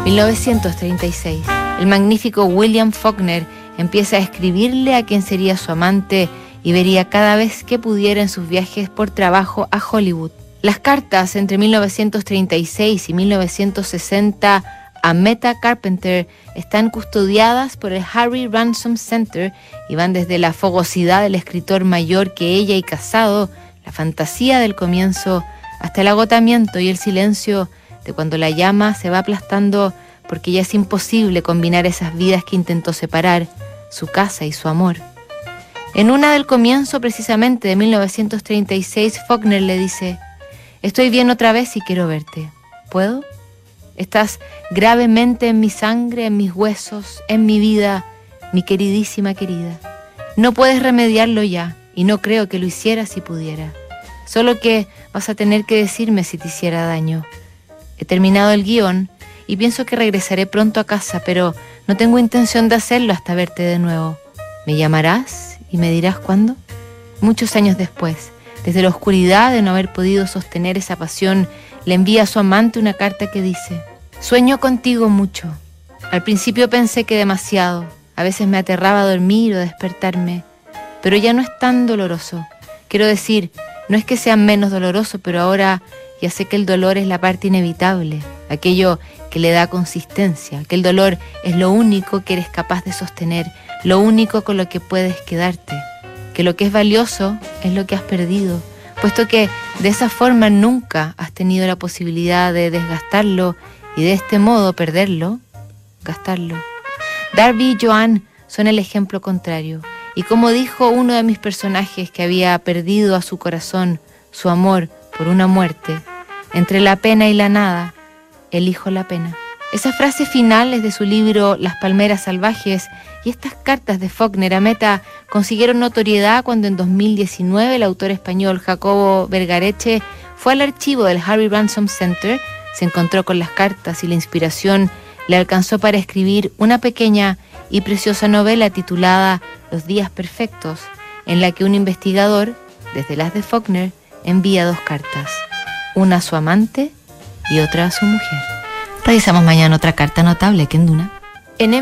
1936. El magnífico William Faulkner empieza a escribirle a quien sería su amante y vería cada vez que pudiera en sus viajes por trabajo a Hollywood. Las cartas entre 1936 y 1960 a Meta Carpenter están custodiadas por el Harry Ransom Center y van desde la fogosidad del escritor mayor que ella y casado, la fantasía del comienzo, hasta el agotamiento y el silencio de cuando la llama se va aplastando porque ya es imposible combinar esas vidas que intentó separar, su casa y su amor. En una del comienzo precisamente de 1936, Faulkner le dice: «Estoy bien otra vez y quiero verte. ¿Puedo? Estás gravemente en mi sangre, en mis huesos, en mi vida, mi queridísima querida. No puedes remediarlo ya, y no creo que lo hiciera si pudiera. Solo que vas a tener que decirme si te hiciera daño. He terminado el guión y pienso que regresaré pronto a casa, pero no tengo intención de hacerlo hasta verte de nuevo. ¿Me llamarás y me dirás cuándo?». Muchos años después, desde la oscuridad de no haber podido sostener esa pasión, le envía a su amante una carta que dice: «Sueño contigo mucho. Al principio pensé que demasiado. A veces me aterraba dormir o despertarme. Pero ya no es tan doloroso. Quiero decir, no es que sea menos doloroso, pero ahora ya sé que el dolor es la parte inevitable, aquello que le da consistencia, que el dolor es lo único que eres capaz de sostener, lo único con lo que puedes quedarte, que lo que es valioso es lo que has perdido, puesto que de esa forma nunca has tenido la posibilidad de desgastarlo y de este modo perderlo, gastarlo». Darby y Joan son el ejemplo contrario, y como dijo uno de mis personajes que había perdido a su corazón, su amor por una muerte, entre la pena y la nada, elijo la pena. Esa frase final es de su libro Las palmeras salvajes, y estas cartas de Faulkner a Meta consiguieron notoriedad cuando en 2019 el autor español Jacobo Vergareche fue al archivo del Harry Ransom Center, se encontró con las cartas y la inspiración le alcanzó para escribir una pequeña y preciosa novela titulada Los días perfectos, en la que un investigador, desde las de Faulkner, envía 2 cartas, una a su amante y otra a su mujer. Revisamos mañana otra carta notable que en Duna.